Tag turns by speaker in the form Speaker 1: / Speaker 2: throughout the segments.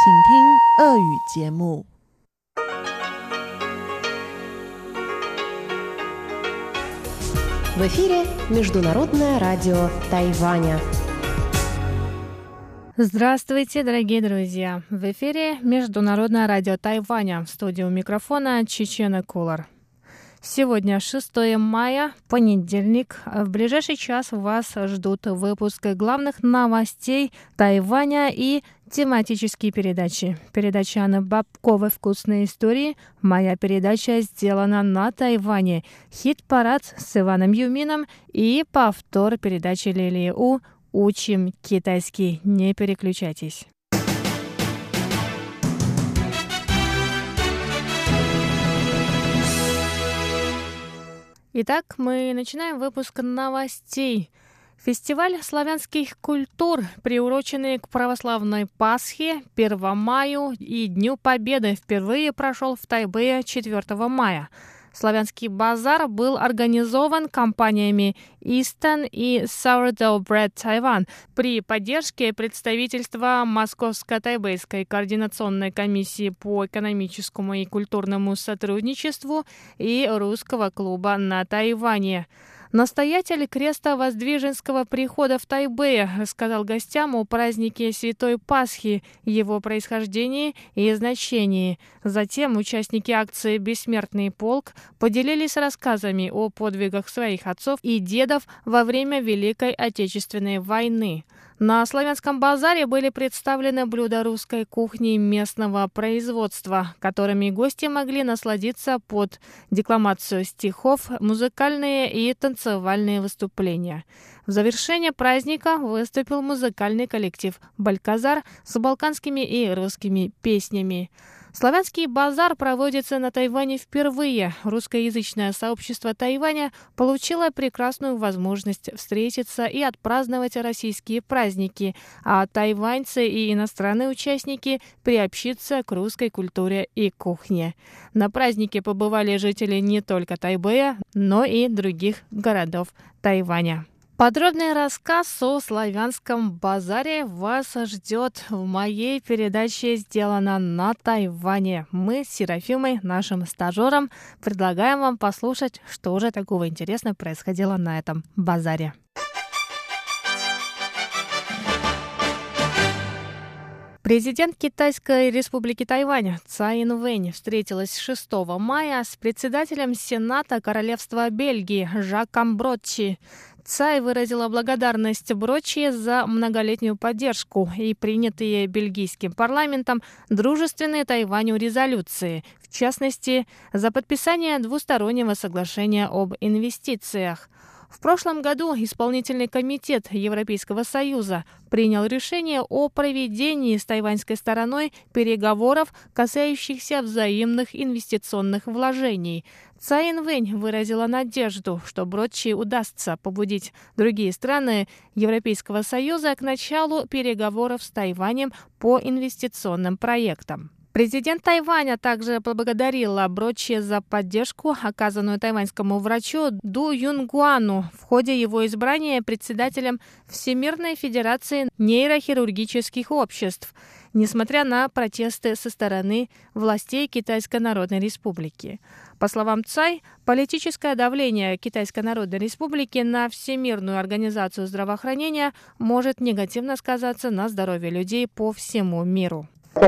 Speaker 1: 请听俄语节目。
Speaker 2: В эфире Международное радио Тайваня.
Speaker 3: Здравствуйте, дорогие друзья! В эфире Международное радио Тайваня. В студии у микрофона Чечена Кулар. Сегодня 6 мая, понедельник. В ближайший час вас ждут выпуск главных новостей Тайваня и тематические передачи. Передача Анны Бабковой «Вкусные истории». Моя передача сделана на Тайване. Хит-парад с Иваном Юмином и повтор передачи Лилии У «Учим китайский». Не переключайтесь. Итак, мы начинаем выпуск новостей. Фестиваль славянских культур, приуроченный к православной Пасхе, 1 мая и Дню Победы, впервые прошел в Тайбэе 4 мая. Славянский базар был организован компаниями Easton и Sourdough Bread Taiwan при поддержке представительства Московско-Тайбэйской координационной комиссии по экономическому и культурному сотрудничеству и Русского клуба на Тайване. Настоятель Крестовоздвиженского прихода в Тайбэе рассказал гостям о празднике Святой Пасхи, его происхождении и значении. Затем участники акции «Бессмертный полк» поделились рассказами о подвигах своих отцов и дедов во время Великой Отечественной войны. На славянском базаре были представлены блюда русской кухни местного производства, которыми гости могли насладиться под декламацию стихов, музыкальные и танцевальные выступления. В завершение праздника выступил музыкальный коллектив «Бальказар» с балканскими и русскими песнями. Славянский базар проводится на Тайване впервые. Русскоязычное сообщество Тайваня получило прекрасную возможность встретиться и отпраздновать российские праздники, а тайваньцы и иностранные участники приобщиться к русской культуре и кухне. На празднике побывали жители не только Тайбэя, но и других городов Тайваня. Подробный рассказ о славянском базаре вас ждет в моей передаче «Сделано на Тайване». Мы с Серафимой, нашим стажером, предлагаем вам послушать, что же такого интересного происходило на этом базаре. Президент Китайской республики Тайвань Цай Инвэнь встретилась 6 мая с председателем Сената Королевства Бельгии Жаком Бротчи. Цай выразила благодарность Бротчи за многолетнюю поддержку и принятые бельгийским парламентом дружественные Тайваню резолюции, в частности, за подписание двустороннего соглашения об инвестициях. В прошлом году Исполнительный комитет Европейского Союза принял решение о проведении с тайваньской стороной переговоров, касающихся взаимных инвестиционных вложений. Цай Инвэнь выразила надежду, что Бротчи удастся побудить другие страны Европейского Союза к началу переговоров с Тайванем по инвестиционным проектам. Президент Тайваня также поблагодарила Бротчи за поддержку, оказанную тайваньскому врачу Ду Юнгуану в ходе его избрания председателем Всемирной Федерации нейрохирургических обществ, несмотря на протесты со стороны властей Китайской Народной Республики. По словам Цай, политическое давление Китайской Народной Республики на Всемирную организацию здравоохранения может негативно сказаться на здоровье людей по всему миру.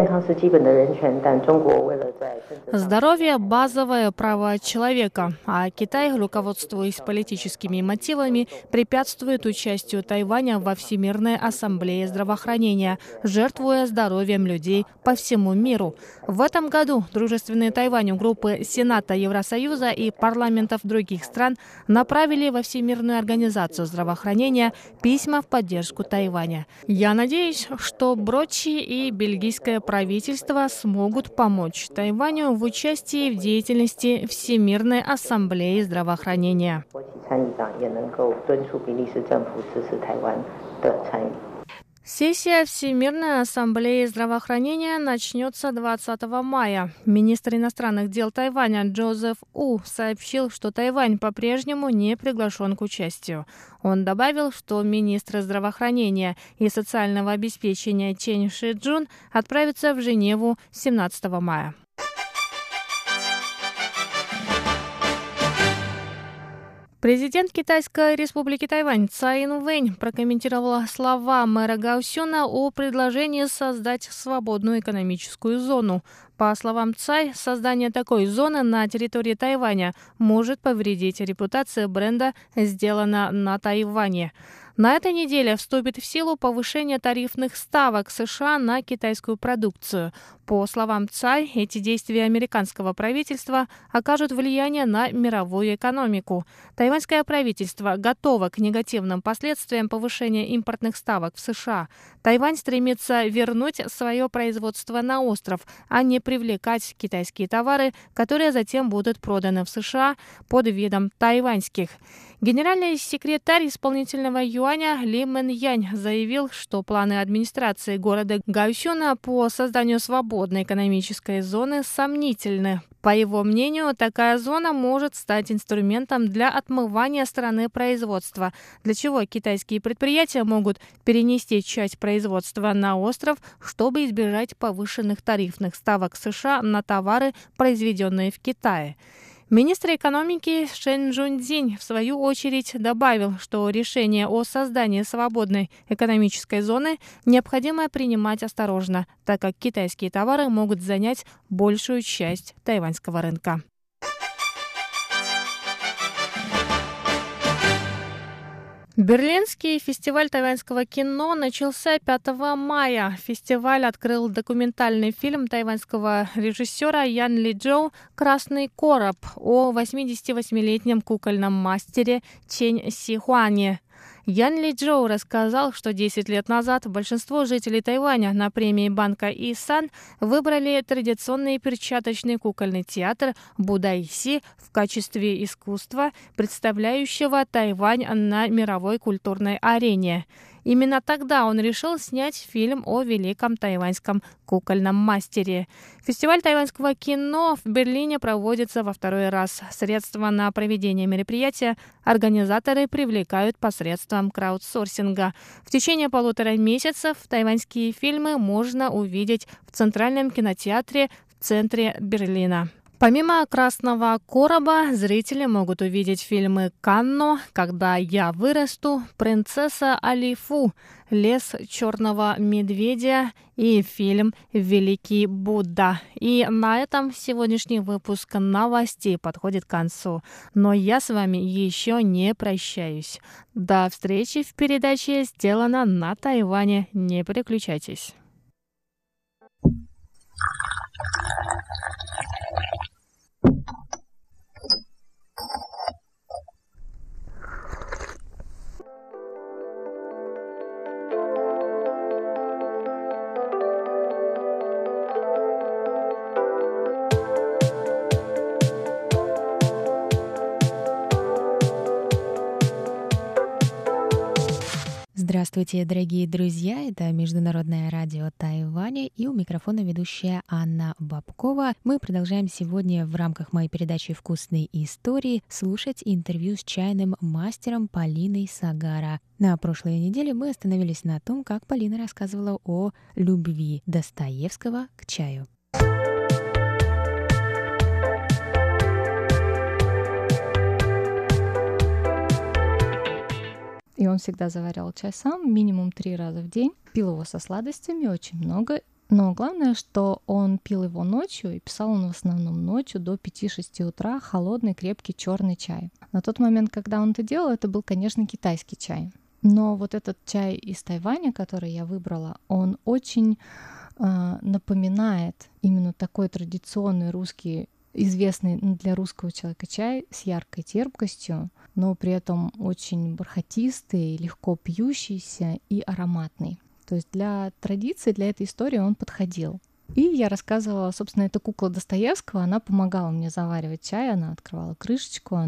Speaker 3: Здоровье – базовое право человека, а Китай, руководствуясь политическими мотивами, препятствует участию Тайваня во Всемирной ассамблее здравоохранения, жертвуя здоровьем людей по всему миру. В этом году дружественные Тайваню группы Сената Евросоюза и парламентов других стран направили во Всемирную организацию здравоохранения письма в поддержку Тайваня. Я надеюсь, что Бротчи и бельгийское правительство смогут помочь Тайваню в участии в деятельности Всемирной ассамблеи здравоохранения. Сессия Всемирной ассамблеи здравоохранения начнется 20 мая. Министр иностранных дел Тайваня Джозеф У сообщил, что Тайвань по-прежнему не приглашен к участию. Он добавил, что министры здравоохранения и социального обеспечения Чен Ши-Джун отправятся в Женеву 17 мая. Президент Китайской республики Тайвань Цай Инвэнь прокомментировала слова мэра Гаосюна о предложении создать свободную экономическую зону. По словам Цай, создание такой зоны на территории Тайваня может повредить репутации бренда «Сделано на Тайване». На этой неделе вступит в силу повышение тарифных ставок США на китайскую продукцию. По словам Цай, эти действия американского правительства окажут влияние на мировую экономику. Тайваньское правительство готово к негативным последствиям повышения импортных ставок в США. Тайвань стремится вернуть свое производство на остров, а не привлекать китайские товары, которые затем будут проданы в США под видом тайваньских. Генеральный секретарь исполнительного юаня Ли Мэн Янь заявил, что планы администрации города Гаосюна по созданию свободной экономической зоны сомнительны. По его мнению, такая зона может стать инструментом для отмывания страны производства, для чего китайские предприятия могут перенести часть производства на остров, чтобы избежать повышенных тарифных ставок США на товары, произведенные в Китае. Министр экономики Шэн Чжунцзинь в свою очередь добавил, что решение о создании свободной экономической зоны необходимо принимать осторожно, так как китайские товары могут занять большую часть тайваньского рынка. Берлинский фестиваль тайваньского кино начался 5 мая. Фестиваль открыл документальный фильм тайваньского режиссера Ян Ли Чжоу «Красный короб» о 88-летнем кукольном мастере Чэнь Сихуане. Ян Ли Чжоу рассказал, что 10 лет назад большинство жителей Тайваня на премии банка Исан выбрали традиционный перчаточный кукольный театр Будайси в качестве искусства, представляющего Тайвань на мировой культурной арене. Именно тогда он решил снять фильм о великом тайваньском кукольном мастере. Фестиваль тайваньского кино в Берлине проводится во второй раз. Средства на проведение мероприятия организаторы привлекают посредством краудсорсинга. В течение 1,5 месяцев тайваньские фильмы можно увидеть в Центральном кинотеатре в центре Берлина. Помимо «Красного короба» зрители могут увидеть фильмы «Канно», «Когда я вырасту», «Принцесса Алифу», «Лес черного медведя» и фильм «Великий Будда». И на этом сегодняшний выпуск новостей подходит к концу. Но я с вами еще не прощаюсь. До встречи в передаче «Сделано на Тайване». Не переключайтесь.
Speaker 4: Здравствуйте, дорогие друзья! Это Международное радио Тайваня и у микрофона ведущая Анна Бабкова. Мы продолжаем сегодня в рамках моей передачи «Вкусные истории» слушать интервью с чайным мастером Полиной Сагара. На прошлой неделе мы остановились на том, как Полина рассказывала о любви Достоевского к чаю.
Speaker 5: И он всегда заваривал чай сам, минимум 3 раза в день. Пил его со сладостями, очень много. Но главное, что он пил его ночью, и писал он в основном ночью до 5-6 утра холодный, крепкий черный чай. На тот момент, когда он это делал, это был, конечно, китайский чай. Но вот этот чай из Тайваня, который я выбрала, он очень напоминает именно такой традиционный русский, известный для русского человека чай с яркой терпкостью, но при этом очень бархатистый, легко пьющийся и ароматный. То есть для традиции, для этой истории он подходил. И я рассказывала, собственно, эта кукла Достоевского, она помогала мне заваривать чай, она открывала крышечку,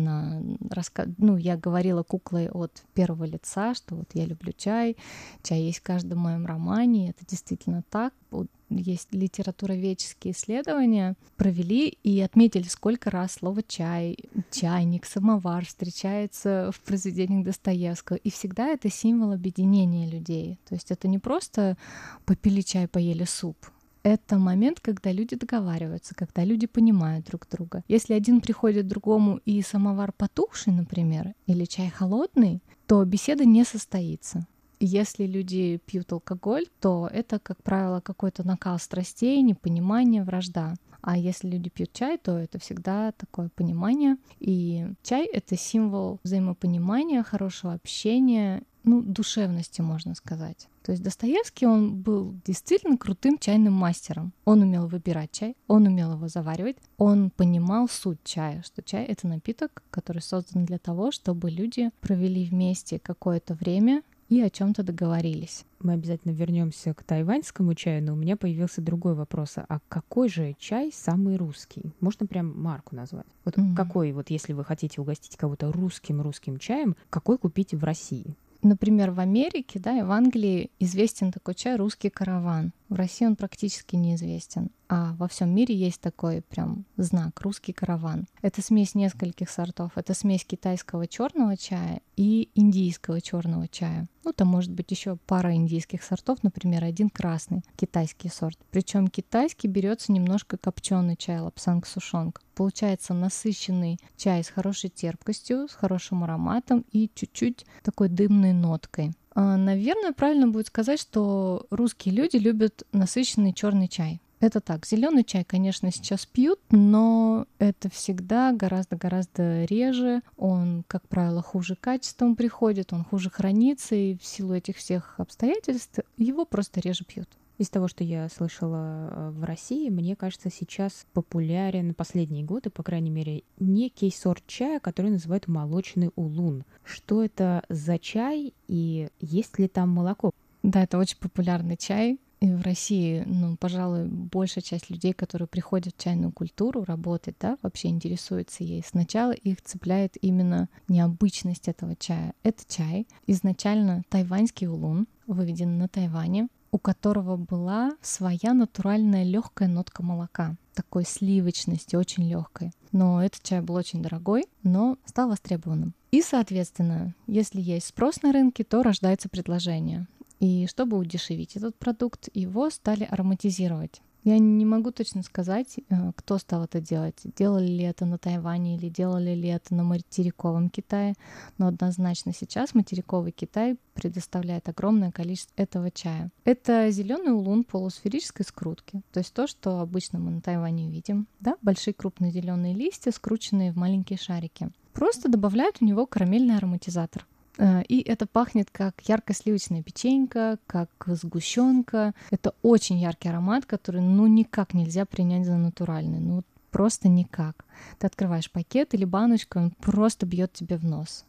Speaker 5: я говорила куклой от первого лица, что вот я люблю чай есть в каждом моем романе, это действительно так. Есть литературоведческие исследования, провели и отметили, сколько раз слово «чай», «чайник», «самовар» встречается в произведениях Достоевского. И всегда это символ объединения людей. То есть это не просто попили чай, поели суп. Это момент, когда люди договариваются, когда люди понимают друг друга. Если один приходит к другому и самовар потухший, например, или чай холодный, то беседа не состоится. Если люди пьют алкоголь, то это, как правило, какой-то накал страстей, непонимание, вражда. А если люди пьют чай, то это всегда такое понимание. И чай — это символ взаимопонимания, хорошего общения, душевности, можно сказать. То есть Достоевский, он был действительно крутым чайным мастером. Он умел выбирать чай, он умел его заваривать, он понимал суть чая, что чай — это напиток, который создан для того, чтобы люди провели вместе какое-то время и о чем-то договорились.
Speaker 4: Мы обязательно вернемся к тайваньскому чаю, но у меня появился другой вопрос. А какой же чай самый русский? Можно прям марку назвать? Вот какой, если вы хотите угостить кого-то русским чаем, какой купить в России?
Speaker 5: Например, в Америке, и в Англии известен такой чай «Русский караван». В России он практически неизвестен. А во всем мире есть такой прям знак «Русский караван». Это смесь нескольких сортов. Это смесь китайского черного чая и индийского черного чая. Там может быть еще пара индийских сортов, например, один красный китайский сорт. Причем китайский берется немножко копченый чай лапсанг сушонг. Получается насыщенный чай с хорошей терпкостью, с хорошим ароматом и чуть-чуть такой дымной ноткой. Наверное, правильно будет сказать, что русские люди любят насыщенный черный чай. Это так. Зеленый чай, конечно, сейчас пьют, но это всегда гораздо реже. Он, как правило, хуже качеством приходит, он хуже хранится, и в силу этих всех обстоятельств его просто реже пьют.
Speaker 4: Из того, что я слышала в России, мне кажется, сейчас популярен последние годы, по крайней мере, некий сорт чая, который называют молочный улун. Что это за чай и есть ли там молоко?
Speaker 5: Да, это очень популярный чай. И в России, пожалуй, большая часть людей, которые приходят в чайную культуру работать, вообще интересуются ей. Сначала их цепляет именно необычность этого чая. Это чай изначально тайваньский улун, выведен на Тайване, у которого была своя натуральная легкая нотка молока, такой сливочности, очень легкой. Но этот чай был очень дорогой, но стал востребованным. И, соответственно, если есть спрос на рынке, то рождается предложение. И чтобы удешевить этот продукт, его стали ароматизировать. Я не могу точно сказать, кто стал это делать. Делали ли это на Тайване или делали ли это на материковом Китае. Но однозначно сейчас материковый Китай предоставляет огромное количество этого чая. Это зеленый улун полусферической скрутки. То есть то, что обычно мы на Тайване видим. Большие крупные зеленые листья, скрученные в маленькие шарики. Просто добавляют в него карамельный ароматизатор. И это пахнет как яркая сливочная печенька, как сгущенка. Это очень яркий аромат, который никак нельзя принять за натуральный. Просто никак. Ты открываешь пакет или баночку, он просто бьет тебе в нос.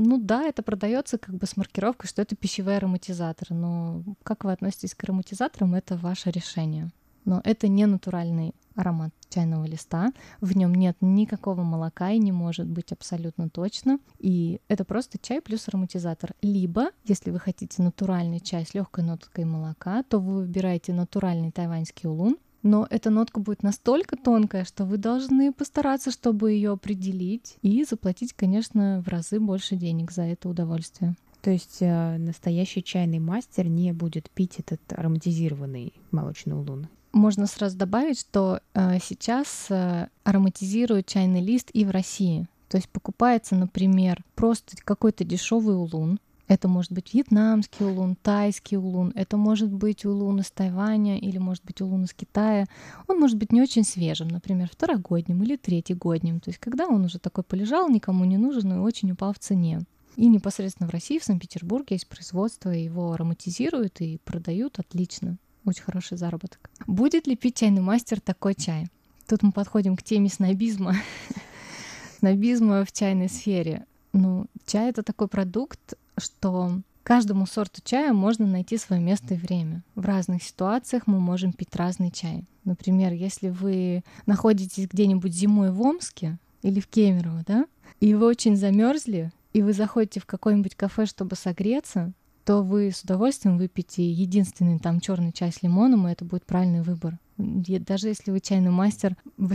Speaker 5: Это продается с маркировкой, что это пищевые ароматизаторы. Но как вы относитесь к ароматизаторам, это ваше решение. Но это не натуральный аромат чайного листа, в нем нет никакого молока и не может быть абсолютно точно. И это просто чай плюс ароматизатор. Либо, если вы хотите натуральный чай с легкой ноткой молока, то вы выбираете натуральный тайваньский улун, но эта нотка будет настолько тонкая, что вы должны постараться, чтобы ее определить и заплатить, конечно, в разы больше денег за это удовольствие.
Speaker 4: То есть настоящий чайный мастер не будет пить этот ароматизированный молочный улун?
Speaker 5: Можно сразу добавить, что сейчас ароматизируют чайный лист и в России. То есть покупается, например, просто какой-то дешевый улун. Это может быть вьетнамский улун, тайский улун, это может быть улун из Тайваня или может быть улун из Китая. Он может быть не очень свежим, например, второгодним или третьегодним. То есть когда он уже такой полежал, никому не нужен и очень упал в цене. И непосредственно в России, в Санкт-Петербурге есть производство, его ароматизируют и продают отлично. Очень хороший заработок. Будет ли пить чайный мастер такой чай? Тут мы подходим к теме снобизма. Снобизма в чайной сфере. Чай — это такой продукт, что Каждому сорту чая можно найти свое место и время. В разных ситуациях мы можем пить разный чай. Например, если вы находитесь где-нибудь зимой в Омске или в Кемерово, да, и вы очень замерзли, и вы заходите в какое-нибудь кафе, чтобы согреться, то вы с удовольствием выпьете единственный там черный чай с лимоном, и это будет правильный выбор. Даже если вы чайный мастер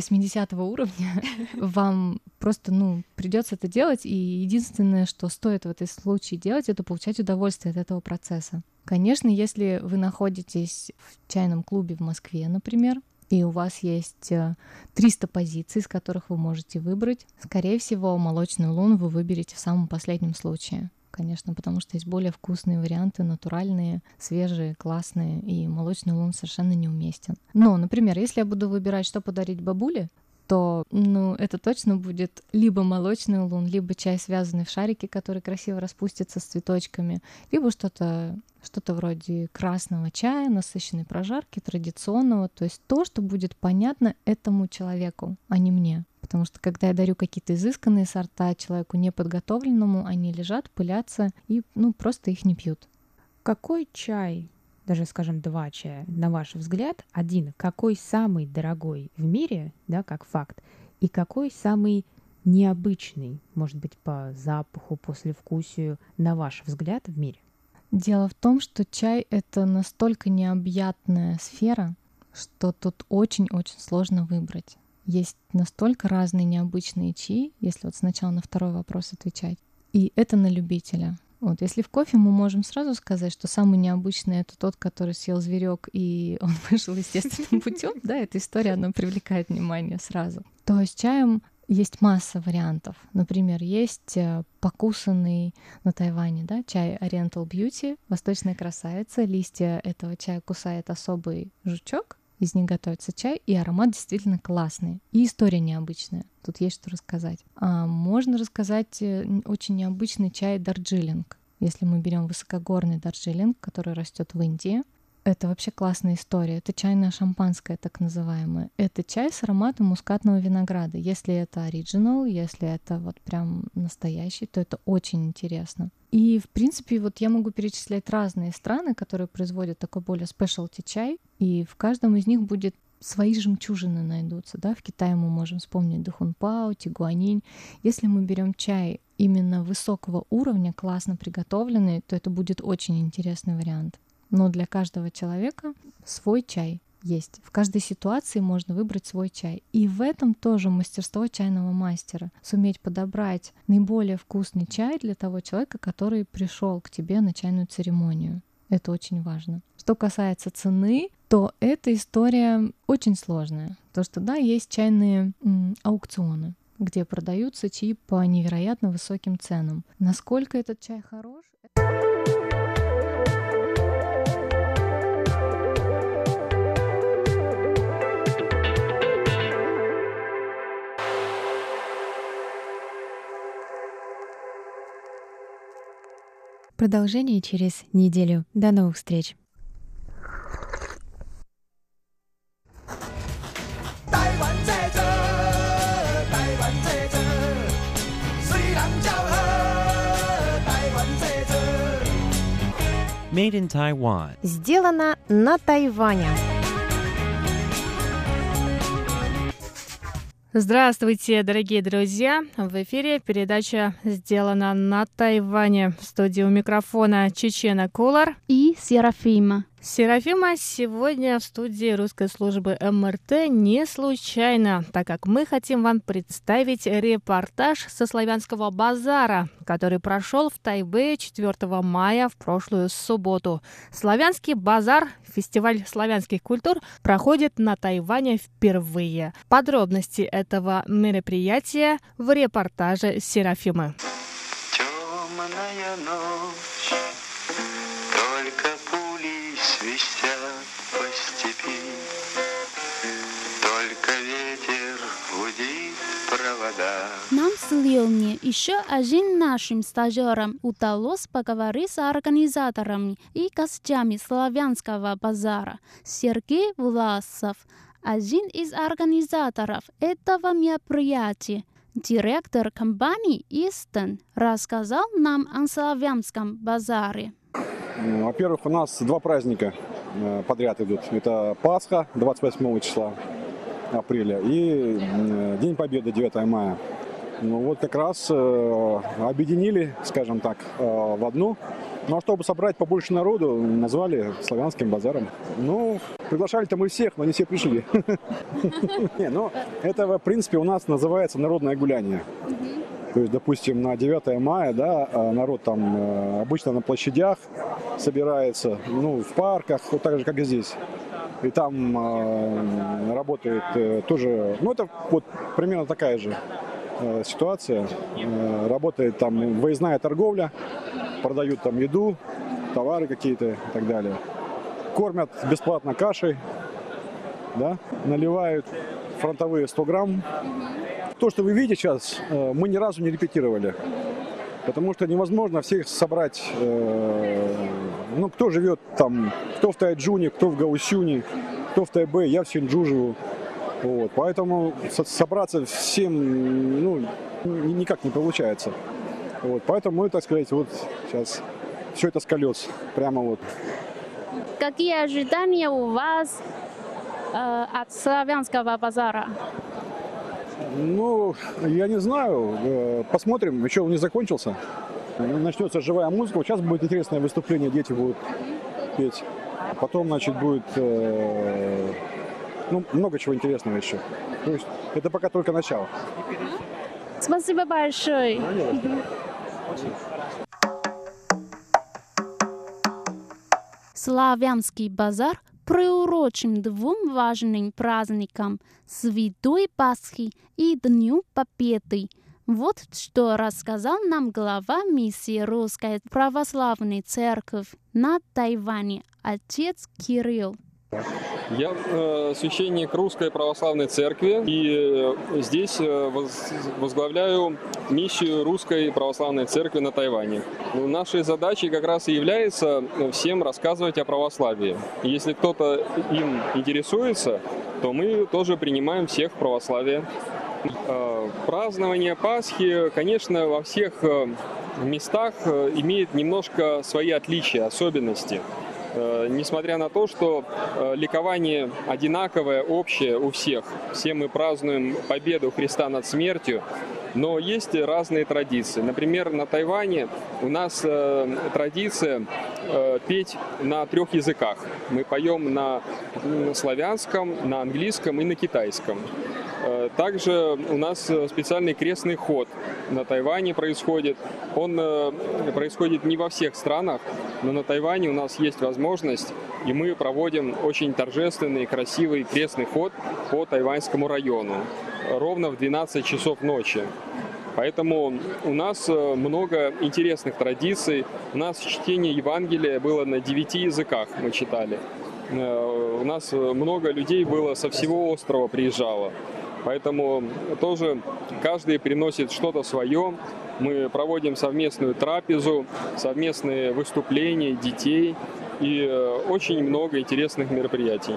Speaker 5: 80 уровня, вам просто, придется это делать, и единственное, что стоит в этом случае делать, это получать удовольствие от этого процесса. Конечно, если вы находитесь в чайном клубе в Москве, например, и у вас есть 300 позиций, из которых вы можете выбрать, скорее всего, молочный улун вы выберете в самом последнем случае. Конечно, потому что есть более вкусные варианты, натуральные, свежие, классные, и молочный улун совершенно неуместен. Но, например, если я буду выбирать, что подарить бабуле, то, это точно будет либо молочный улун, либо чай, связанный в шарике, который красиво распустится с цветочками, либо что-то вроде красного чая, насыщенной прожарки, традиционного, то есть то, что будет понятно этому человеку, а не мне. Потому что когда я дарю какие-то изысканные сорта человеку неподготовленному, они лежат, пылятся и просто их не пьют.
Speaker 4: Какой чай, даже, скажем, 2 чая, на ваш взгляд, один, какой самый дорогой в мире, да, как факт, и какой самый необычный, может быть, по запаху, послевкусию, на ваш взгляд, в мире?
Speaker 5: Дело в том, что чай — это настолько необъятная сфера, что тут очень-очень сложно выбрать. Есть настолько разные необычные чаи, если вот сначала на второй вопрос отвечать. И это на любителя. Вот, если в кофе мы можем сразу сказать, что самый необычный — это тот, который съел зверек и он вышел естественным путем, да, эта история, она привлекает внимание сразу. То с чаем есть масса вариантов. Например, есть покусанный на Тайване, да, чай Oriental Beauty, восточная красавица. Листья этого чая кусает особый жучок, из них готовится чай, и аромат действительно классный. И история необычная. Тут есть что рассказать. Можно рассказать очень необычный чай Дарджилинг. Если мы берем высокогорный Дарджилинг, который растет в Индии, это вообще классная история. Это чайное шампанское, так называемое. Это чай с ароматом мускатного винограда. Если это оригинал, если это вот прям настоящий, то это очень интересно. И, в принципе, вот я могу перечислять разные страны, которые производят такой более спешлти чай, и в каждом из них будет свои жемчужины найдутся. Да? В Китае мы можем вспомнить Дахунпао, Тигуанинь. Если мы берем чай именно высокого уровня, классно приготовленный, то это будет очень интересный вариант. Но для каждого человека свой чай есть. В каждой ситуации можно выбрать свой чай. И в этом тоже мастерство чайного мастера. Суметь подобрать наиболее вкусный чай для того человека, который пришел к тебе на чайную церемонию. Это очень важно. Что касается цены, то эта история очень сложная. То, что да, есть чайные аукционы, где продаются чаи по невероятно высоким ценам. Насколько этот чай хорош?
Speaker 4: Продолжение через неделю. До новых встреч!
Speaker 1: Made in Taiwan.
Speaker 2: Сделано на Тайване.
Speaker 3: Здравствуйте, дорогие друзья! В эфире передача «Сделано на Тайване». В студии у микрофона Чечена Кулар
Speaker 6: и Серафима.
Speaker 3: Серафима сегодня в студии русской службы МРТ не случайно, так как мы хотим вам представить репортаж со славянского базара, который прошел в Тайбэе 4 мая в прошлую субботу. Славянский базар, фестиваль славянских культур, проходит на Тайване впервые. Подробности этого мероприятия в репортаже Серафимы.
Speaker 7: Темная ночь, только пули свистят по степи, только ветер гудит провода.
Speaker 6: Нам с Леони, еще один нашим стажерам, удалось поговорить с организаторами и гостями славянского базара. Сергей Власов, один из организаторов этого мероприятия, директор компании «Истон», рассказал нам о славянском базаре.
Speaker 8: Во-первых, у нас два праздника подряд идут. Это Пасха 28 числа апреля и День Победы 9 мая. Ну вот как раз объединили, скажем так, в одну. Ну а чтобы собрать побольше народу, назвали славянским базаром. Ну, приглашали-то мы всех, но не все пришли. Ну, это, в принципе, у нас называется народное гуляние. То есть, допустим, на 9 мая, да, народ там обычно на площадях собирается, ну, в парках, вот так же, как и здесь. И там работает тоже, ну, это вот примерно такая же ситуация. Работает там выездная торговля, продают там еду, товары какие-то и так далее. Кормят бесплатно кашей, да, наливают фронтовые 100 грамм. То, что вы видите сейчас, мы ни разу не репетировали, потому что невозможно всех собрать, ну, кто живет там, кто в Тайджуне, кто в Гаусюне, кто в Тайбе, я в Синджу живу. Вот, поэтому собраться всем, ну, никак не получается. Вот, поэтому мы, так сказать, вот сейчас все это с колес, прямо вот.
Speaker 6: Какие ожидания у вас от славянского базара?
Speaker 8: Ну, я не знаю, посмотрим, еще он не закончился. Начнется живая музыка, вот сейчас будет интересное выступление, дети будут петь. Потом, значит, будет, ну, много чего интересного еще. То есть это пока только начало.
Speaker 6: Спасибо большое. Славянский базар приурочен двум важным праздникам – Святой Пасхи и Дню Победы. Вот что рассказал нам глава миссии Русской Православной Церкви на Тайване, отец Кирилл.
Speaker 9: Я священник Русской Православной Церкви и здесь возглавляю миссию Русской Православной Церкви на Тайване. Нашей задачей как раз и является всем рассказывать о православии. Если кто-то им интересуется, то мы тоже принимаем всех в православие. Празднование Пасхи, конечно, во всех местах имеет немножко свои отличия, особенности. Несмотря на то, что ликование одинаковое, общее у всех. Все мы празднуем победу Христа над смертью, но есть разные традиции. Например, на Тайване у нас традиция петь на 3 языках. Мы поем на славянском, на английском и на китайском. Также у нас специальный крестный ход на Тайване происходит. Он происходит не во всех странах, но на Тайване у нас есть возможность, и мы проводим очень торжественный, красивый крестный ход по Тайваньскому району, ровно в 12 часов ночи. Поэтому у нас много интересных традиций. У нас чтение Евангелия было на 9 языках, мы читали. У нас много людей было со всего острова приезжало. Поэтому тоже каждый приносит что-то свое. Мы проводим совместную трапезу, совместные выступления детей и очень много интересных мероприятий.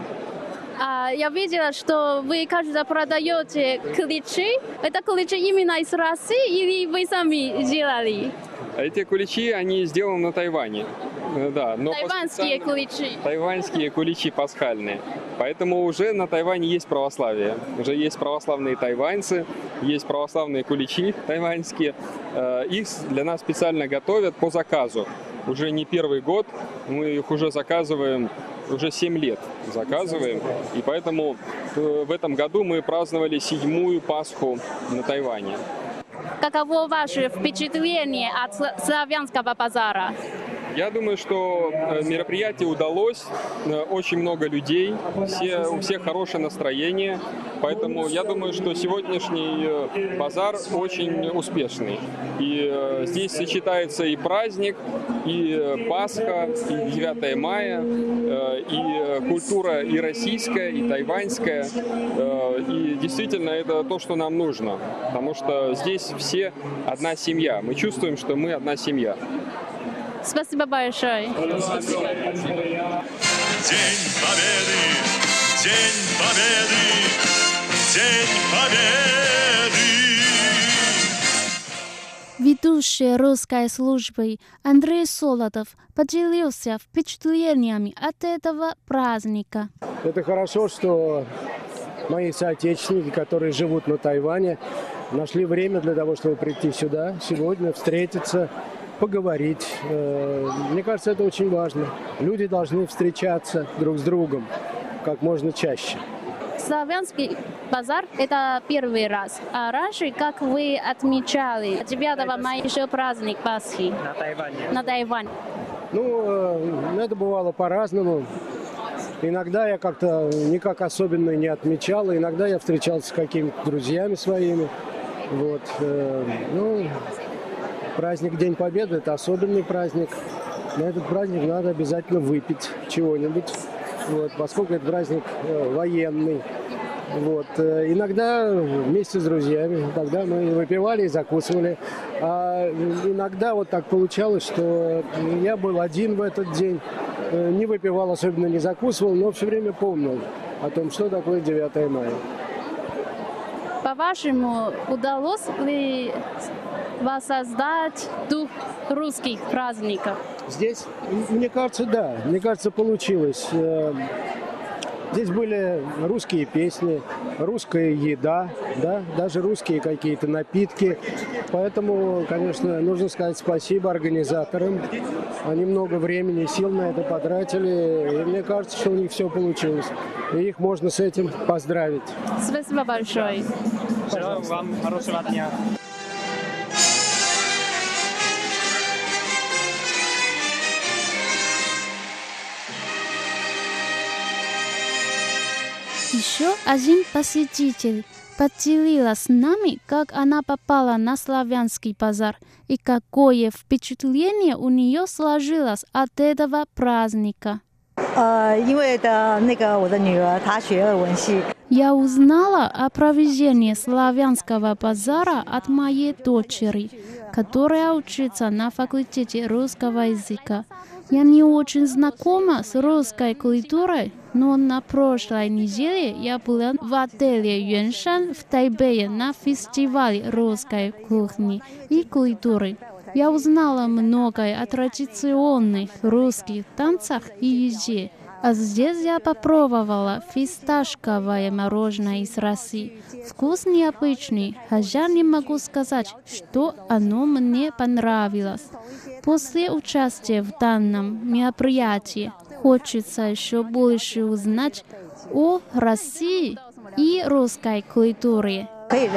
Speaker 6: Я видела, что вы, кажется, продаете куличи. Это куличи именно из России или вы сами делали?
Speaker 9: Эти куличи, они сделаны на Тайване. Да, но
Speaker 6: тайваньские куличи.
Speaker 9: Тайваньские куличи пасхальные. Поэтому уже на Тайване есть православие. Уже есть православные тайваньцы, есть православные куличи тайваньские. Их для нас специально готовят по заказу. Уже не первый год, мы их уже заказываем, уже 7 лет заказываем. И поэтому в этом году мы праздновали 7-ю Пасху на Тайване.
Speaker 6: Каково ваше впечатление от славянского базара?
Speaker 9: Я думаю, что мероприятие удалось, очень много людей, у всех хорошее настроение, поэтому я думаю, что сегодняшний базар очень успешный. И здесь сочетается и праздник, и Пасха, и 9 мая, и культура и российская, и тайваньская. И действительно это то, что нам нужно, потому что здесь все одна семья. Мы чувствуем, что мы одна семья.
Speaker 6: Спасибо большое.
Speaker 10: День Победы! День Победы! День Победы!
Speaker 6: ведущий русской службы Андрей Солодов поделился впечатлениями от этого праздника.
Speaker 11: Это хорошо, что мои соотечественники, которые живут на Тайване, нашли время для того, чтобы прийти сюда, сегодня встретиться, поговорить. Мне кажется, это очень важно. Люди должны встречаться друг с другом как можно чаще.
Speaker 6: Славянский базар – это первый раз. А раньше, как вы отмечали, 9 мая еще праздник Пасхи? На Тайване.
Speaker 11: Ну, это бывало по-разному. Иногда я как-то никак особенно не отмечал, иногда я встречался с какими-то друзьями своими. Вот. Ну, праздник День Победы – это особенный праздник. На этот праздник надо обязательно выпить чего-нибудь, вот, поскольку это праздник военный. Вот. Иногда вместе с друзьями, тогда мы выпивали и закусывали. А иногда вот так получалось, что я был один в этот день, не выпивал, особенно не закусывал, но все время помнил о том, что такое 9 мая.
Speaker 6: По-вашему, удалось ли воссоздать дух русских праздников?
Speaker 11: Здесь, мне кажется, да. Мне кажется, получилось. Здесь были русские песни, русская еда, да, даже русские какие-то напитки. Поэтому, конечно, нужно сказать спасибо организаторам. Они много времени и сил на это потратили. И мне кажется, что у них все получилось. И их можно с этим поздравить.
Speaker 6: Спасибо большое.
Speaker 12: Желаю вам хорошего дня.
Speaker 6: Еще один посетитель поделилась с нами, как она попала на славянский базар и какое впечатление у нее сложилось от этого праздника. Я узнала о проведении славянского базара от моей дочери, которая учится на факультете русского языка. Я не очень знакома с русской культурой, но на прошлой неделе я была в отеле Юаншан в Тайбэе на фестивале русской кухни и культуры. Я узнала многое о традиционных русских танцах и еде. А здесь я попробовала фисташковое мороженое из России. Вкус необычный, хотя не могу сказать, что оно мне понравилось. После участия в данном мероприятии хочется еще больше узнать о России и русской культуре.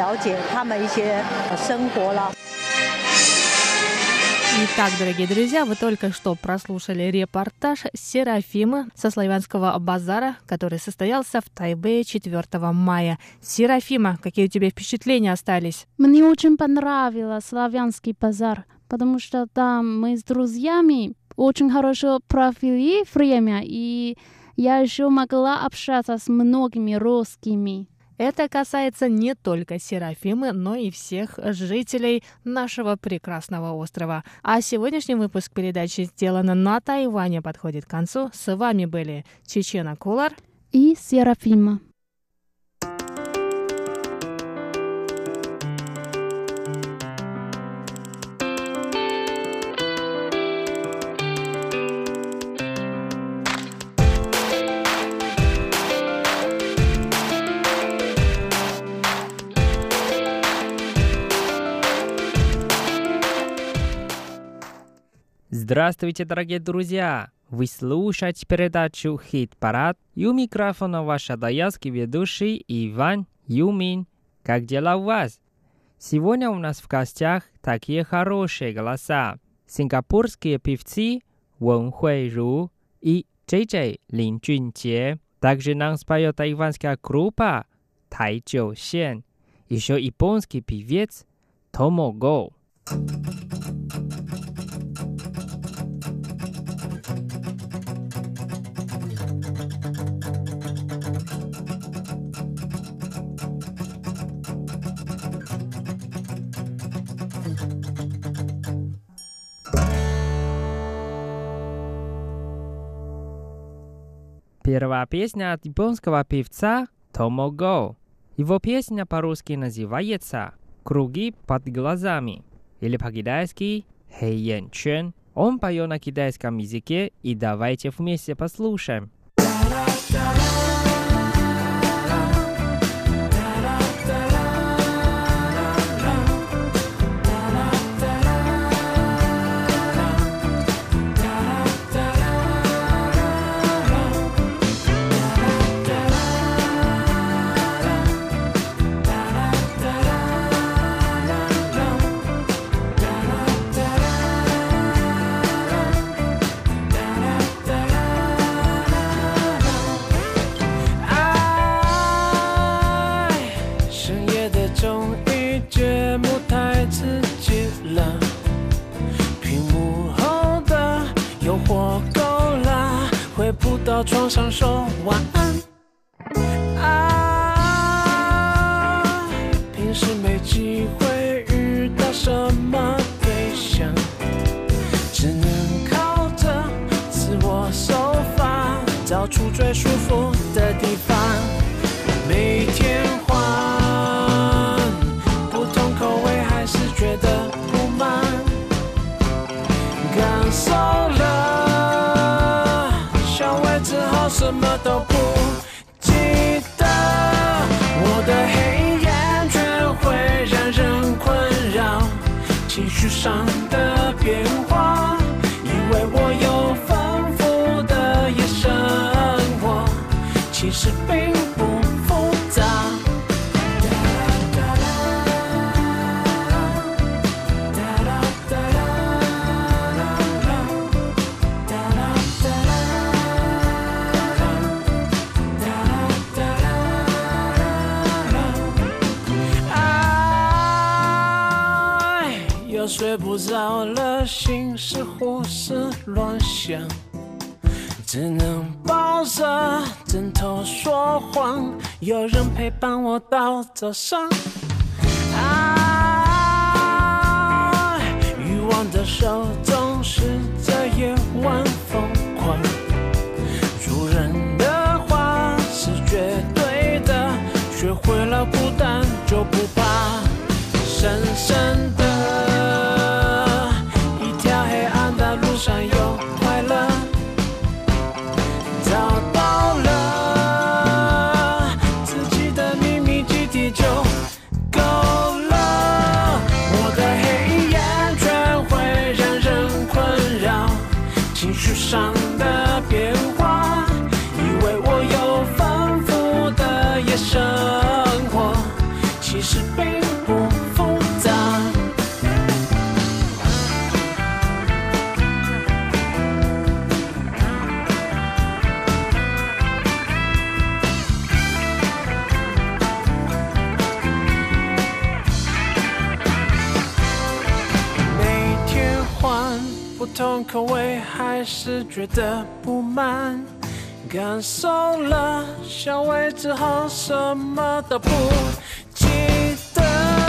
Speaker 3: Итак, дорогие друзья, вы только что прослушали репортаж Серафимы со славянского базара, который состоялся в Тайбэе 4 мая. Серафима, какие у тебя впечатления остались?
Speaker 6: Мне очень понравился славянский базар, потому что там мы с друзьями очень хорошо провели время, и я еще могла общаться с многими русскими.
Speaker 3: Это касается не только Серафимы, но и всех жителей нашего прекрасного острова. А сегодняшний выпуск передачи «Сделано на Тайване» подходит к концу. С вами были Чечена Кулар
Speaker 6: и Серафима.
Speaker 12: Здравствуйте, дорогие друзья! Вы слушаете передачу «Хит-парад», и у микрофона ваш адаялский ведущий Иван Юмин. Как дела у вас? Сегодня у нас в гостях такие хорошие голоса. Сингапурские певцы Вэн Хуэйру и Джей Лин Джунчжэ. Также нам споет тайванская группа Тайчжоу Сян. Еще японский певец Томо Го. Первая песня от японского певца Томо Го. Его песня по-русски называется «Круги под глазами». или по-китайски «Хэй Ян Чен». Он поет на китайском языке, и давайте вместе послушаем.
Speaker 13: 到床上说晚安。平时没机会遇到什么对象，只能靠着自我手法找出最舒服的地方。每天换不同口味，还是觉得不满，感受了之后什么都不记得，我的黑眼圈会让人困扰，情绪上的变化，以为我有丰富的夜生活，其实并不复杂。睡不着了，心事胡思乱想，只能抱着枕头说谎，有人陪伴我到早上。欲望的手总是在夜晚疯狂，主人的话是绝对的，学会了孤单就不怕，深深的上有快乐，找到了自己的秘密基地就够了。我的黑眼圈会让人困扰，情绪上的变化，以为我有丰富的夜生活，其实并不复杂。不同口味还是觉得不满，感受了香味之后什么都不记得，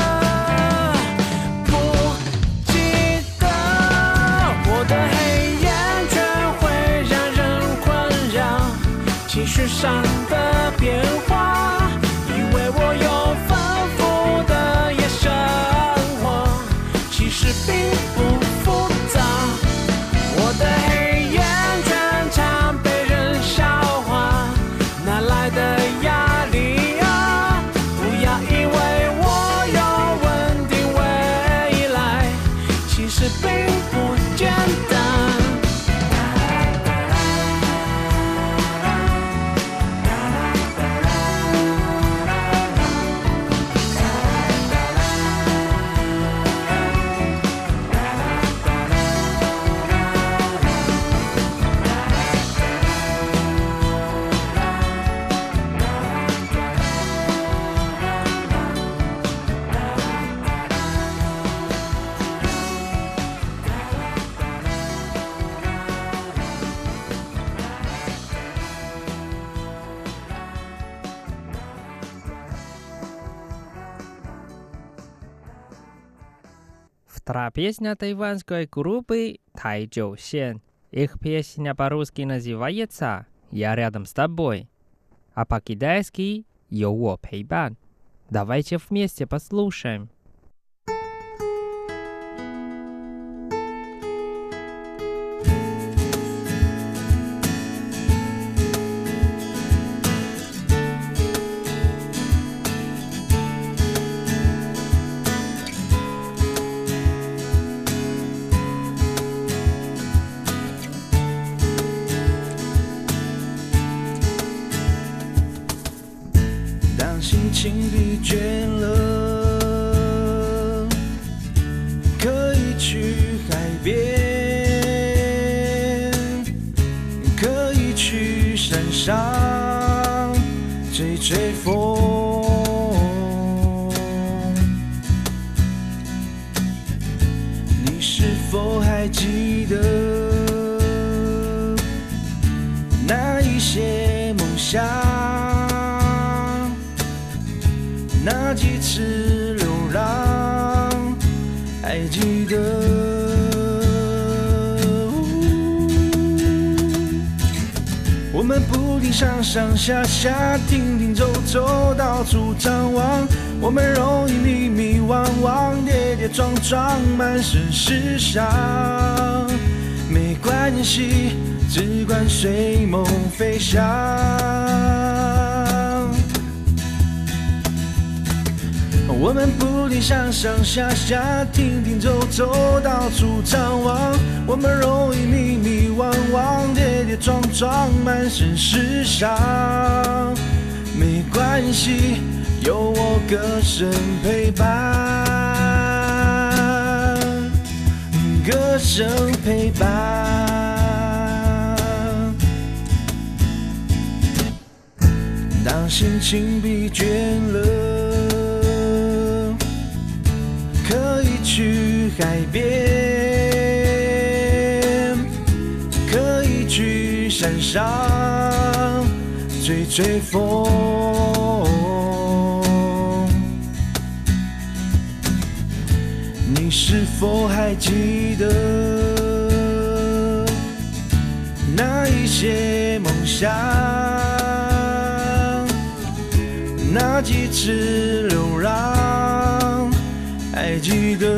Speaker 13: 不记得。我的黑眼圈会让人困扰，情绪上的变化，以为我有丰富的夜生活，其实并不复杂。我的黑眼圈常被人笑话，哪来的压力啊？不要以为我有稳定未来，其实并不简单。
Speaker 12: Вторая песня тайванской группы Тайчжоу Сен. Их песня по-русски называется «Я рядом с тобой», а по-китайски «有我陪伴». Давайте вместе послушаем.
Speaker 13: 当心情疲倦了，可以去海边，可以去山上吹吹风。你是否还记得那一些梦想，那几次流浪，还记得？我们不停上上下下，停停走走，到处张望。我们容易迷迷惘惘，跌跌撞撞，满身是伤。没关系，只管随梦飞翔。我们不停上上下下，停停走走，到处张望。我们容易迷迷惘惘，跌跌撞撞，满身是伤。没关系，有我歌声陪伴，歌声陪伴。当心情疲倦了，可以去海边，可以去山上吹吹风。你是否还记得那一些梦想，那几次流浪，还记得？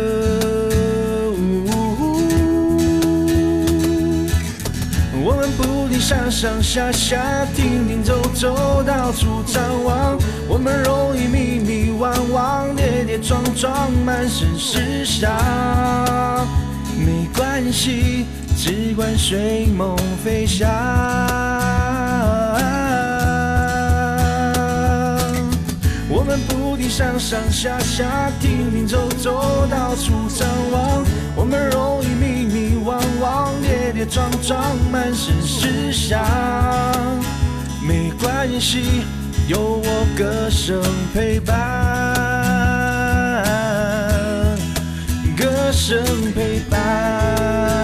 Speaker 13: 我们不停上上下下，停停走走，到处张望。我们容易迷迷惘惘，跌跌撞撞，满身是伤。没关系，只管随梦飞翔。我们不停上上下下，停停走走，到处张望。我们容易迷迷惘惘，跌跌撞撞，满身是伤。没关系，有我歌声陪伴，歌声陪伴。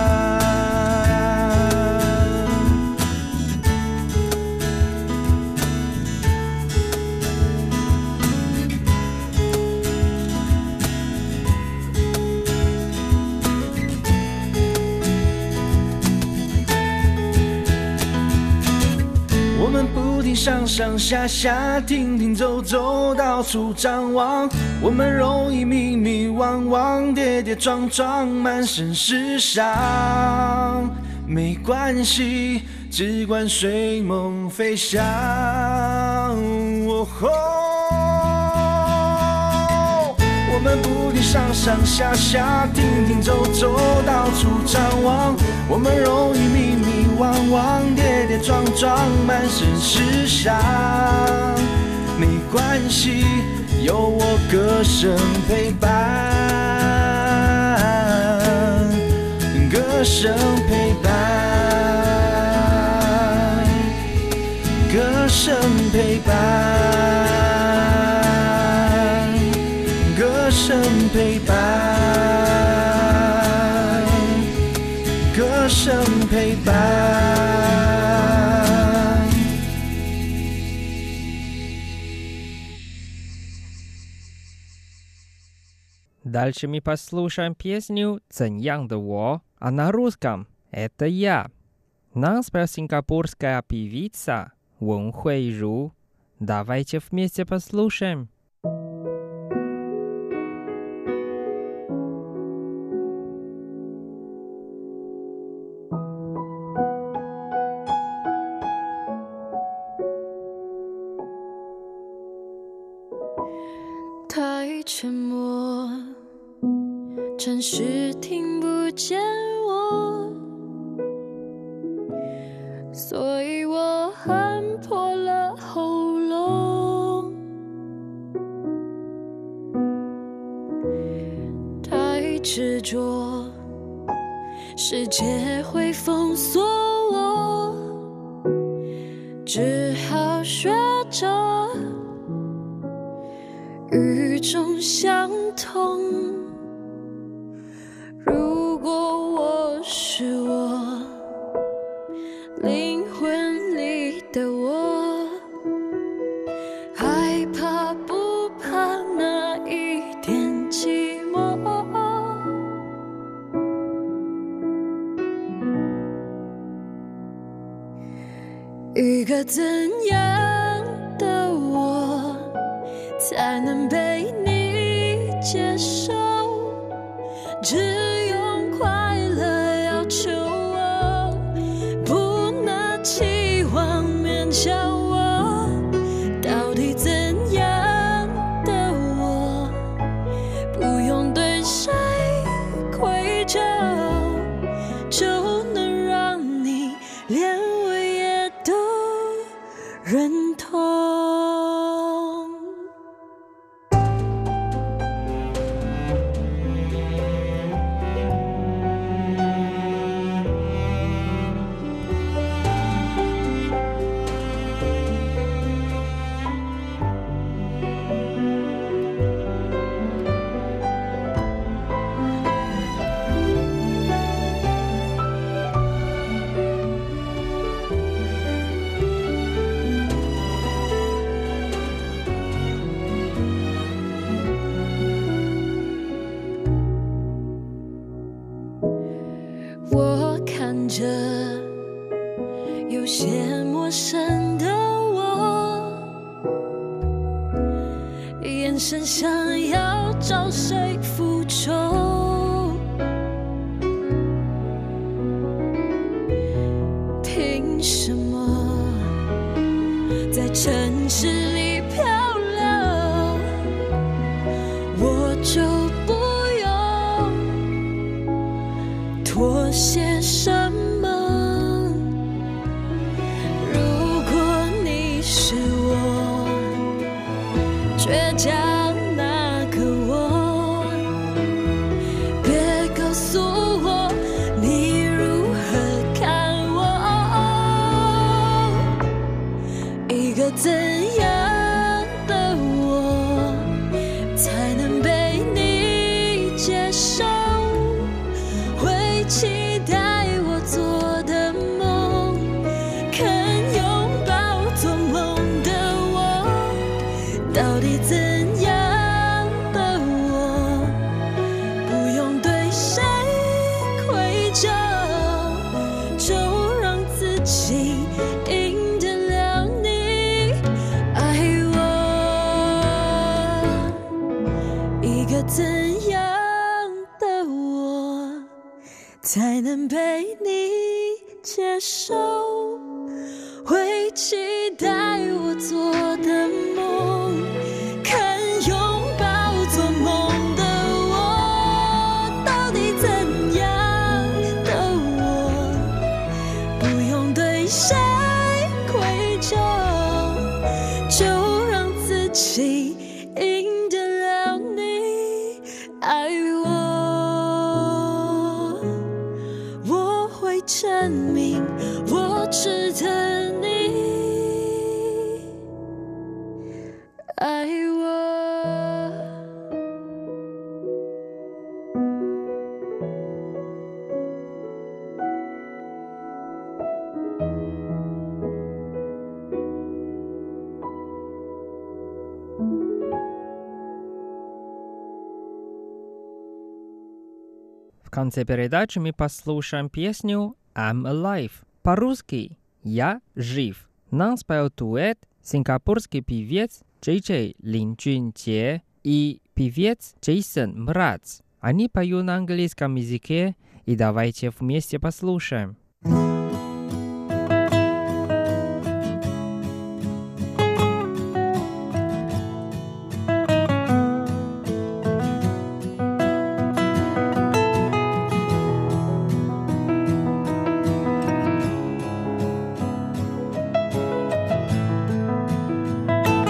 Speaker 13: 我们不停上上下下，停停走走，到处张望。我们容易迷迷惘惘，跌跌撞撞，满身是伤。没关系，只管随梦飞翔。我们不停上上下下，停停走走，到处张望。我们容易迷迷惘惘，跌跌撞撞，满身是伤。没关系，有我歌声陪伴，歌声陪伴，歌声陪伴，歌声陪伴，歌声陪伴。
Speaker 12: Дальше мы послушаем песню «Цэнь Ян Де Wo», а на русском «Это я». Нас про сингапурская певица Вэн Хуэй Ру. Давайте вместе послушаем.
Speaker 14: 太沉默，暂时听不见我，所以我喊破了喉咙。 执着，世界会封锁我，只好学着与众相同。如果我是我，灵魂里的我，害怕不怕那一点寂寞？一个怎样的我才能被你接受？只用快乐要求我，不拿期望勉强我。到底怎样的我，不用对谁愧疚，就能让你连我也都认同。我看着有些陌生的我，眼神想要找谁复仇，凭什么在城市里漂流，我就不用妥协什么？如果你是我，倔强那个我，别告诉我你如何看我。一个怎样的我才能被你接受？会期待我做的梦，肯拥抱做梦的我。到底怎样的我，不用对谁愧疚，就让自己赢得了你爱我。一个怎样的我才能被你接受？会期待我做的梦，肯拥抱做梦的我。到底怎样的我，不用对谁愧疚，就让自己赢得了你爱我。我会证明我值得你爱我。
Speaker 12: В конце передачи мы послушаем песню «I'm Alive». По-русски «Я жив». Нам споет дуэт сингапурский певец Джей Лин Джунчжэ и певец Джейсон Мрац. Они поют на английском языке, и давайте вместе послушаем.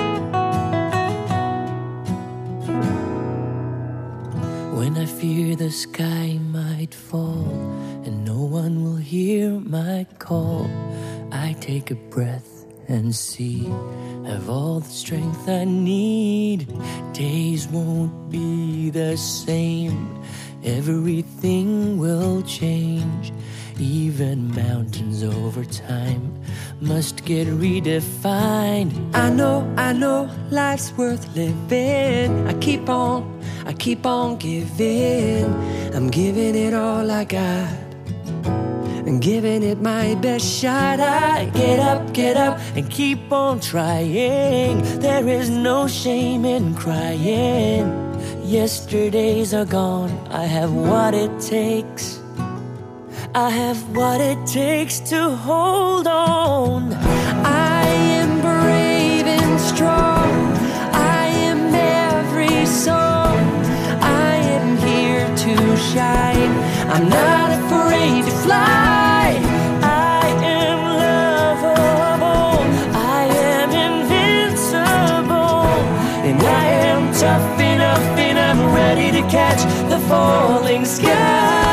Speaker 15: When I fear the sky might fall and no one will hear my call. I take a breath and see, have all the strength I need. Days won't be the same, everything will change. Even mountains over time must get redefined. I know life's worth living. I keep on giving. I'm giving it all I got, I'm giving it my best shot. I get up and keep on trying. There is no shame in crying. Yesterdays are gone, I have what it takes. I have what it takes to hold on. I am brave and strong, I am every song. I am here to shine, I'm not afraid to fly. I am lovable, I am invincible, and I am tough enough and I'm ready to catch the falling sky.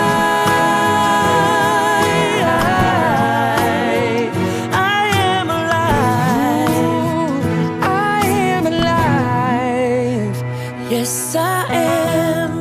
Speaker 15: Yes, I am.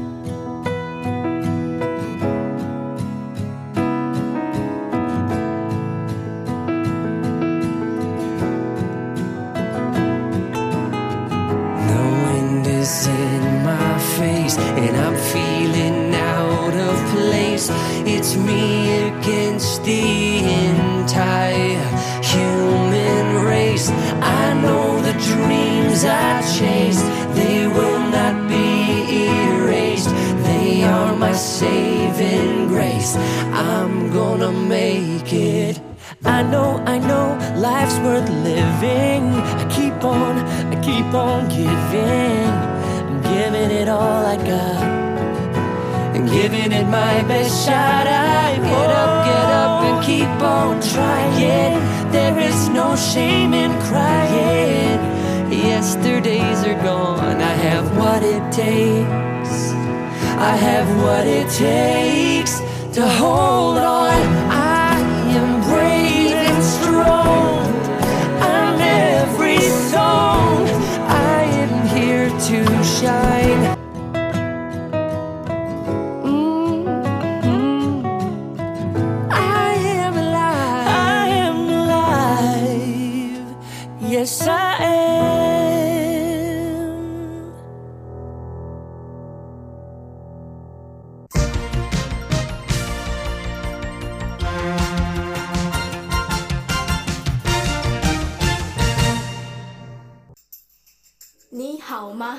Speaker 15: The wind is in my face and I'm feeling out of place. It's me against the entire human race. I know the dreams I chase, they will not be erased. They are my saving grace, I'm gonna make it. I know life's worth living. I keep on giving. I'm giving it all I got, I'm giving it my best shot. I get up and keep on trying. There is no shame in crying. Yesterdays are gone, I have what it takes. I have what it takes to hold on. I am brave and strong, I'm every song. I am here to shine. I am alive, I am alive. Yes, I am.
Speaker 14: 你好吗？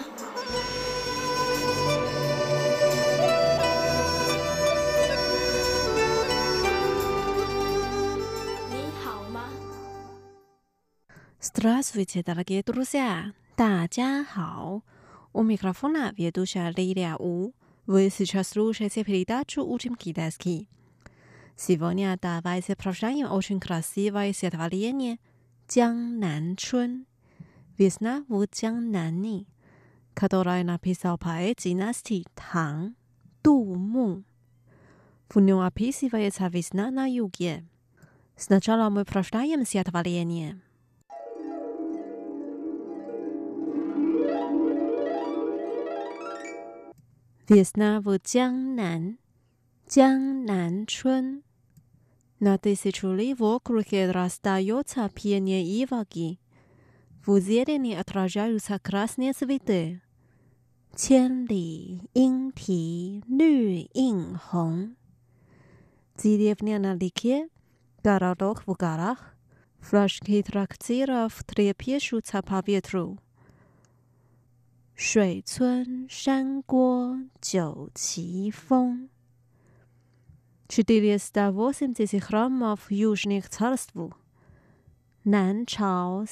Speaker 14: 你好吗？
Speaker 2: Здравствуйте, дорогие друзья! 大家好! У микрофона ведущая Лилия У. Вы сейчас слушаете передачу «Учим китайский». Сегодня давайте прочитаем очень красивое стихотворение «Jiangnanchun» «Весна в Jiangnане», которое написал поэт династии Тang Ду Му. В нем описывается весна на юге. Сначала мы прочитаем стихотворение. Весна в Jiangnan, Jiangnanchun. На тысячу ли в округе растаются пьяные иваги. В зелени отражаются красные цветы. 千里莺啼绿映红. Деревня на реке, городок в горах. Флажки трактиров трепещутся по ветру. 水村山郭酒旗风. 480 храмов южных царств. 南朝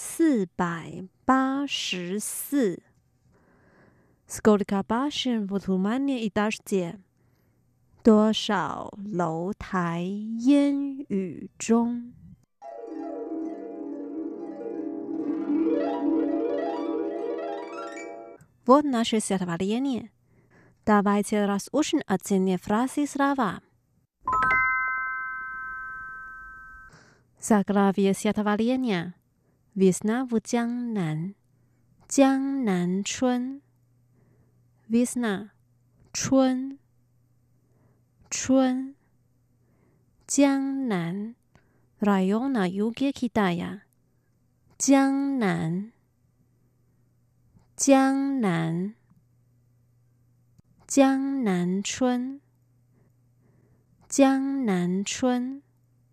Speaker 2: 484. Сколько башен в тумане и дожде? 多少楼台烟雨中? Вот наше стихотворение. Давайте разучим отдельные фразы и слова. Заглавие стихотворения. Весна в江南.江南春. Весна. 春. 春. Jiangnan. Район на юге Китая. Jiangnan. Jiangnan. Jiangnan春. Jiangnan春.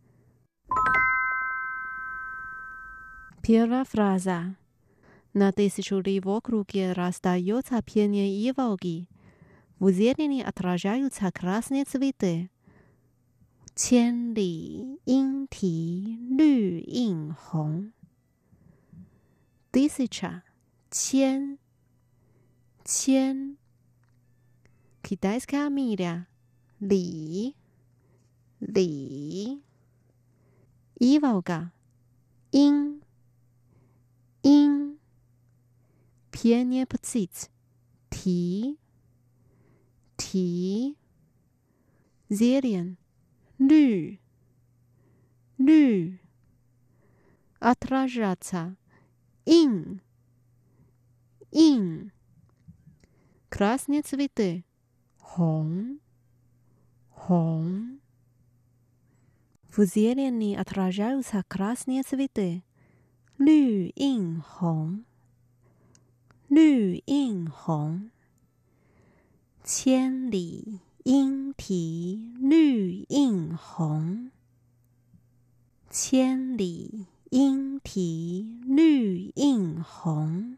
Speaker 2: Первая фраза. На тысячу ли в округе раздается пение и волги. В зелени отражаются красные цветы. 千里莺啼绿映红. Тысяча. 千. 千. Китайская миля. 里. 里. И волга. 莺. 莺. Пение птиц. 啼. 啼. Зелень. 绿. 绿. Отражаться. 映. 映. Красные цветы. 红. 红. В зелени отражаются красные цветы. 绿映红. 绿映红. 千里莺啼绿映红. 千里莺啼绿映红.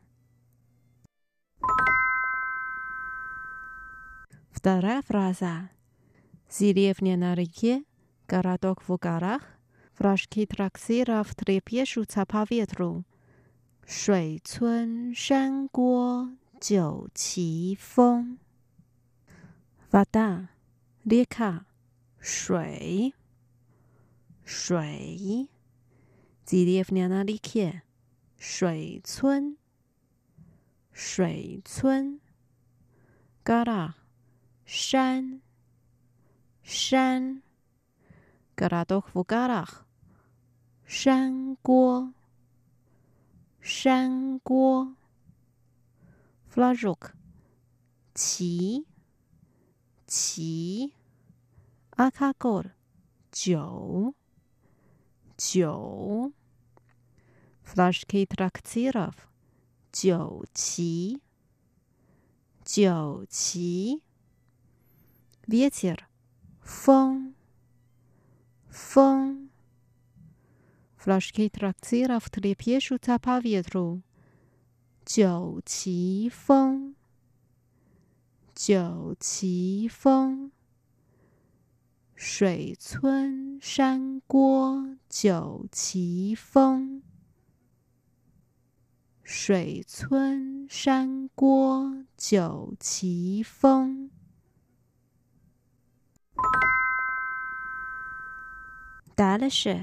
Speaker 2: Вторая фраза. Деревня на реке, городок в горах, флажки трактиров трепещутся по ветру. 水村山郭酒旗风. Вода, река, 水. 水. Деревня на реке. 水村. 水村. Гора, 山. 山. Городок в горах. 山郭. 山郭. Флажок. 旗. 旗. Алкоголь. 酒. 酒. Флажки трактиров. 酒旗. 酒旗. Ветер. 风. 风. Флажки трактиров трепещутся по ветру. 酒旗风. 酒旗风. 水村山郭酒旗风. 水村山郭酒旗风. Дальше.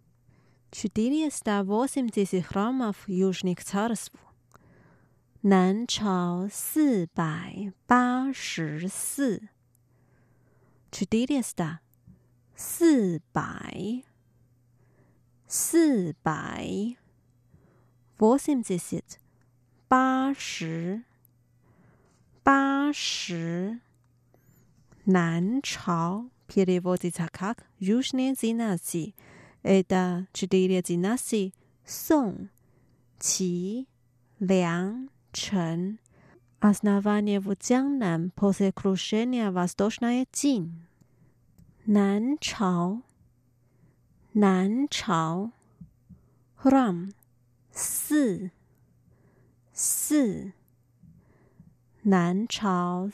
Speaker 2: 480 храмов южных царств. 南朝484. 400. 400. 400. 80. 80. 80. 南朝переводится как Южные династии. Это 4 династии: Сон, Qi, Liang, Chen. Основание в Jiangnan после крушения Восточной Jin. 南朝. 南朝. Храм. 4. 4. 南朝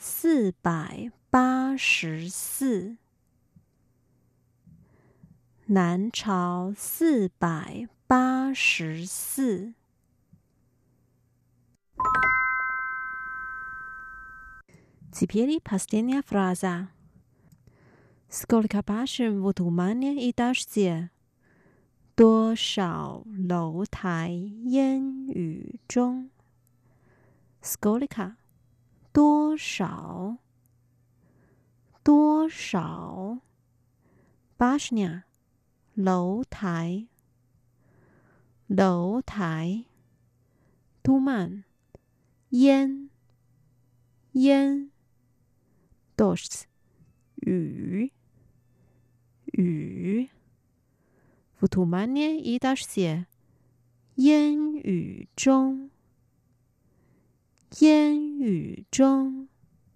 Speaker 2: 484. 南朝484. Теперь последняя фраза. Сколько башен в тумане и дожде? 多少楼台烟雨中? Сколько? 多少? 多少 bashня 楼台 楼台 туман 烟 烟 дождь 雨 雨 в тумане и дожде 烟雨中 烟雨中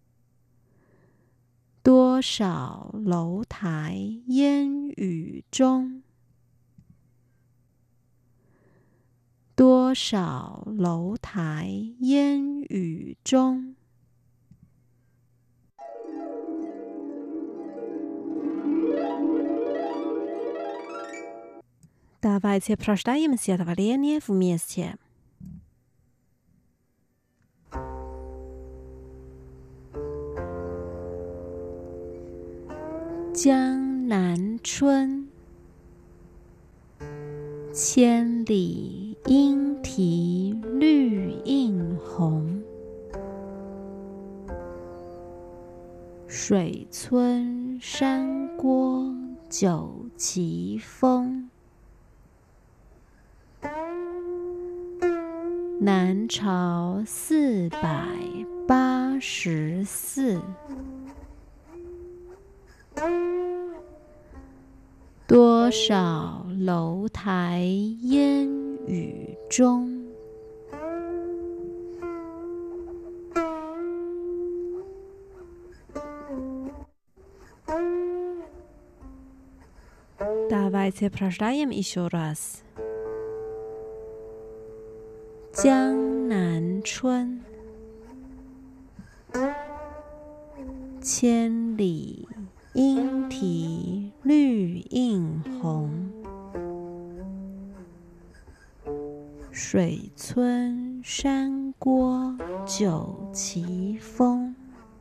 Speaker 2: 多少楼台烟雨中 多少楼台烟雨中 Давайте прочитаем стихотворение вместе. Jiangnan春 千里莺啼绿映红 水村山郭酒旗风 南朝484 多少楼台烟雨中 Давайте прочитаем еще раз. 江南春 千里莺啼绿映红 水村山郭酒旗风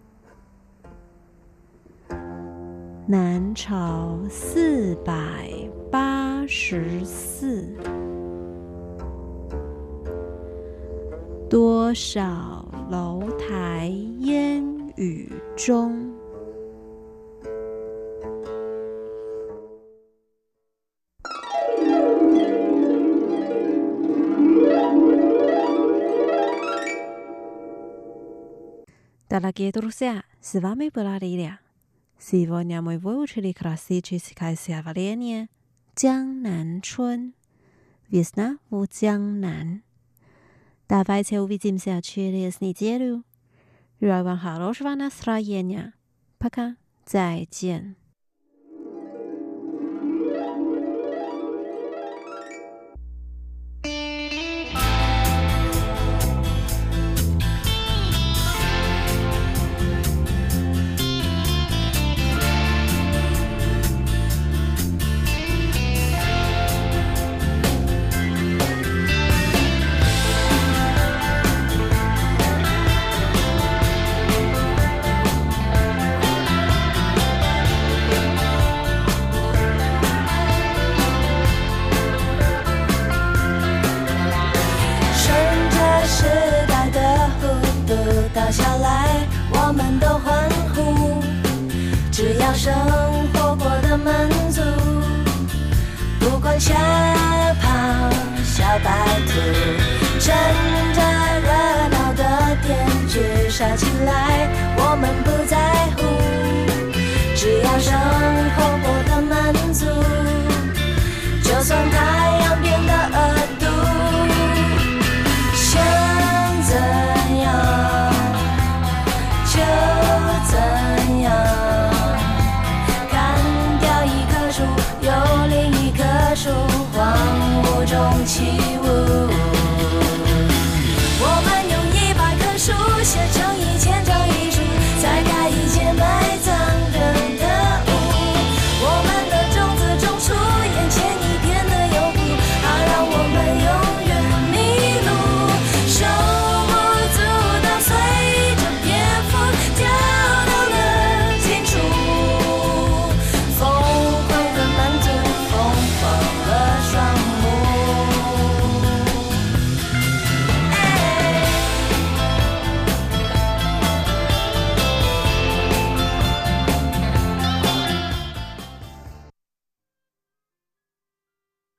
Speaker 2: 南朝484 多少楼台烟雨中 Дорогие друзья, с вами была Лилия. Сегодня мы выучили классическое стихотворение «Jiangnan春» «Весна в Jiangnan». Давайте увидимся через неделю. Желаю вам хорошего настроения. Пока. 再见. Shine